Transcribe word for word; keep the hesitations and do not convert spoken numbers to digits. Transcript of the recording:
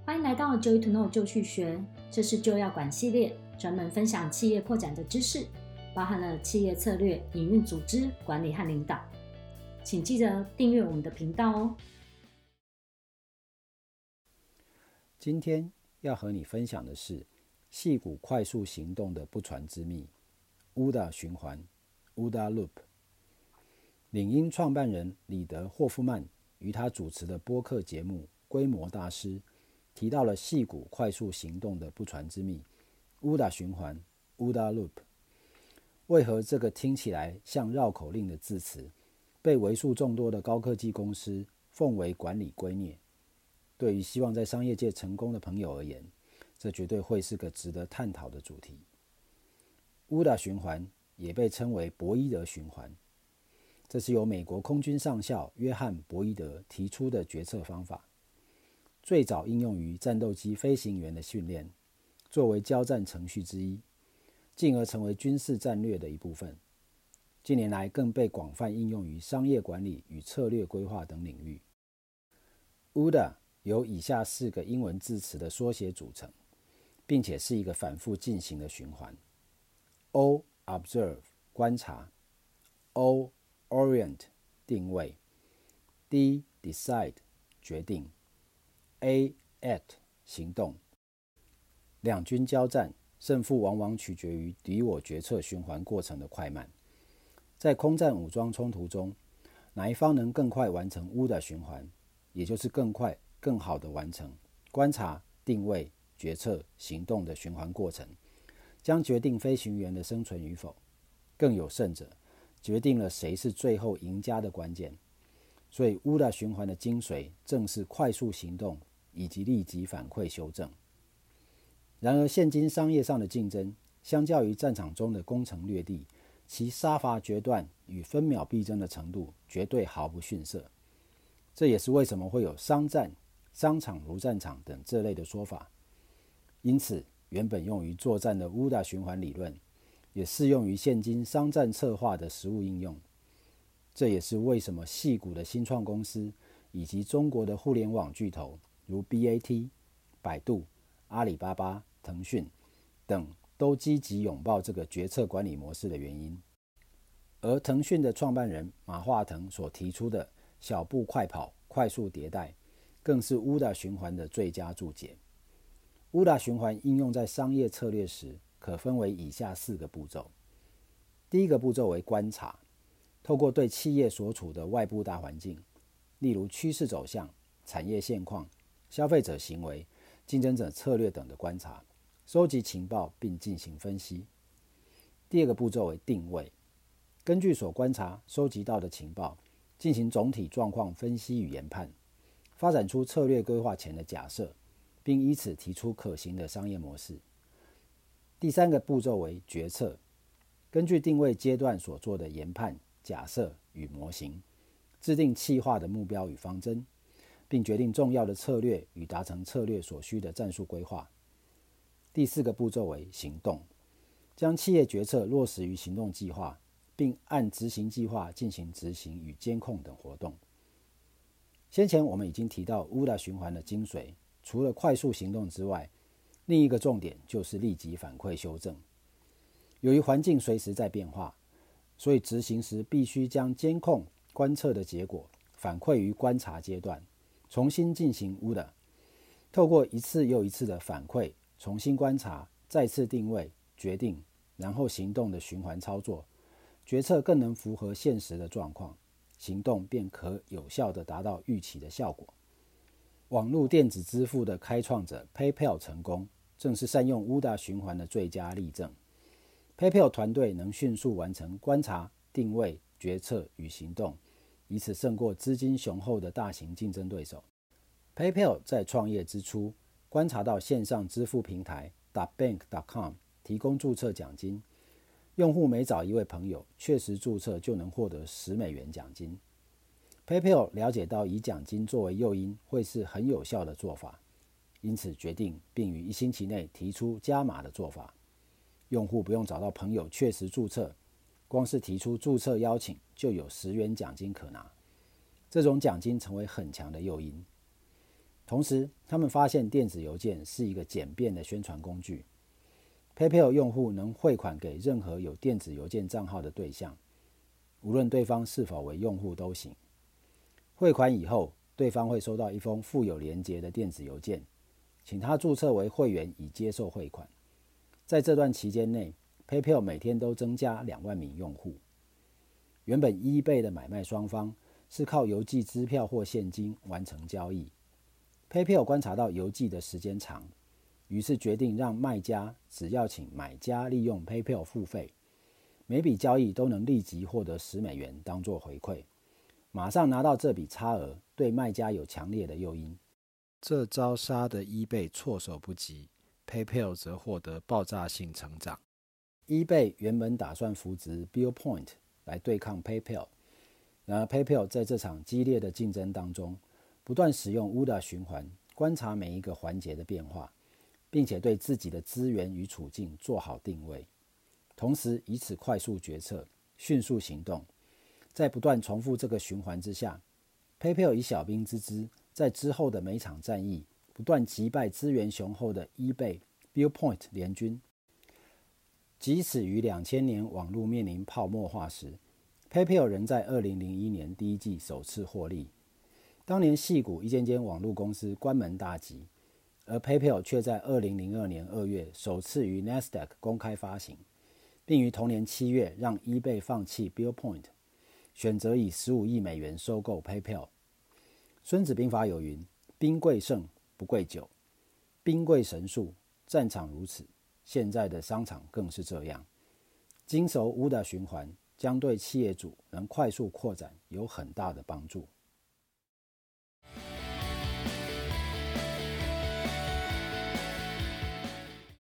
欢迎来到 Joy to Know 就去学，这是就要管系列，专门分享企业扩展的知识，包含了企业策略、营运、组织管理和领导。请记得订阅我们的频道哦。 今天要和你分享的是矽谷快速行动的不传之秘 U D A 循环 U D A Loop。 领英创办人李德霍夫曼与他主持的播客节目规模大师提到了矽谷快速行动的不传之秘 U D A 循环 U D A Loop。 为何这个听起来像绕口令的字词被为数众多的高科技公司奉为管理圭臬？对于希望在商业界成功的朋友而言，这绝对会是个值得探讨的主题。 U D A 循环也被称为博伊德循环，这是由美国空军上校约翰·博伊德提出的决策方法，最早应用于战斗机飞行员的训练，作为交战程序之一，进而成为军事战略的一部分。近年来更被广泛应用于商业管理与策略规划等领域。 U D A 由以下四个英文字词的缩写组成，并且是一个反复进行的循环。 O Observe 观察， O Orient 定位， D Decide 决定， A Act 行动。两军交战，胜负往往取决于敌我决策循环过程的快慢。在空战武装冲突中，哪一方能更快完成 U D A 循环，也就是更快更好地完成观察、定位、决策、行动的循环过程，将决定飞行员的生存与否。更有甚者，决定了谁是最后赢家的关键。所以 U D A 循环的精髓正是快速行动以及立即反馈修正。然而现今商业上的竞争，相较于战场中的攻城略地，其杀伐决断与分秒必争的程度绝对毫不逊色。这也是为什么会有商战、商场如战场等这类的说法。因此原本用于作战的 U D A 循环理论也适用于现今商战策划的实务应用。这也是为什么矽谷的新创公司以及中国的互联网巨头如 B A T、百度、阿里巴巴、腾讯等都积极拥抱这个决策管理模式的原因。而腾讯的创办人马化腾所提出的小步快跑、快速迭代，更是 U D A 循环的最佳注解。U D A 循环应用在商业策略时，可分为以下四个步骤。第一个步骤为观察，透过对企业所处的外部大环境，例如趋势走向、产业现况、消费者行为、竞争者策略等的观察，收集情报并进行分析。第二个步骤为定位，根据所观察收集到的情报，进行总体状况分析与研判，发展出策略规划前的假设，并依此提出可行的商业模式。第三个步骤为决策，根据定位阶段所做的研判、假设与模型，制定企划的目标与方针，并决定重要的策略与达成策略所需的战术规划。第四个步骤为行动，将企业决策落实于行动计划，并按执行计划进行执行与监控等活动。先前我们已经提到 U D A 循环的精髓，除了快速行动之外，另一个重点就是立即反馈修正。由于环境随时在变化，所以执行时必须将监控、观测的结果反馈于观察阶段，重新进行 U D A。 透过一次又一次的反馈、重新观察、再次定位、决定，然后行动的循环操作，决策更能符合现实的状况，行动便可有效地达到预期的效果。网络电子支付的开创者 PayPal 成功，正是善用 U D A 循环的最佳例证。PayPal 团队能迅速完成观察、定位、决策与行动，以此胜过资金雄厚的大型竞争对手。PayPal 在创业之初，观察到线上支付平台 .bank 点 com 提供注册奖金，用户每找一位朋友确实注册就能获得十美元奖金。PayPal 了解到以奖金作为诱因会是很有效的做法，因此决定并于一星期内提出加码的做法。用户不用找到朋友确实注册，光是提出注册邀请就有十元奖金可拿。这种奖金成为很强的诱因。 同时，他们发现电子邮件是一个简便的宣传工具。PayPal 用户能汇款给任何有电子邮件账号的对象，无论对方是否为用户都行。汇款以后，对方会收到一封附有连结的电子邮件，请他注册为会员以接受汇款。在这段期间内， PayPal 每天都增加两万名用户。原本 eBay 的买卖双方是靠邮寄支票或现金完成交易。PayPal 观察到邮寄的时间长，于是决定让卖家只要请买家利用 PayPal 付费，每笔交易都能立即获得十美元当作回馈，马上拿到这笔差额，对卖家有强烈的诱因。这招杀的 eBay 措手不及， PayPal 则获得爆炸性成长。eBay 原本打算扶植 Billpoint 来对抗 PayPal， 然而 PayPal 在这场激烈的竞争当中，不断使用 U D A 循环，观察每一个环节的变化，并且对自己的资源与处境做好定位，同时以此快速决策，迅速行动。在不断重复这个循环之下， PayPal 以小兵之姿，在之后的每场战役不断击败资源雄厚的 eBay、Billpoint 联军。即使于两千年网络面临泡沫化时， PayPal 仍在二零零一年第一季首次获利。当年矽谷一间间网络公司关门大吉，而 PayPal 却在二零零二年二月首次于 Nasdaq 公开发行，并于同年七月让 eBay 放弃 Billpoint， 选择以十五亿美元收购 PayPal。 孙子兵法有云：兵贵胜，不贵久。兵贵神速，战场如此，现在的商场更是这样。精熟 U D A 循环将对企业主能快速扩展有很大的帮助。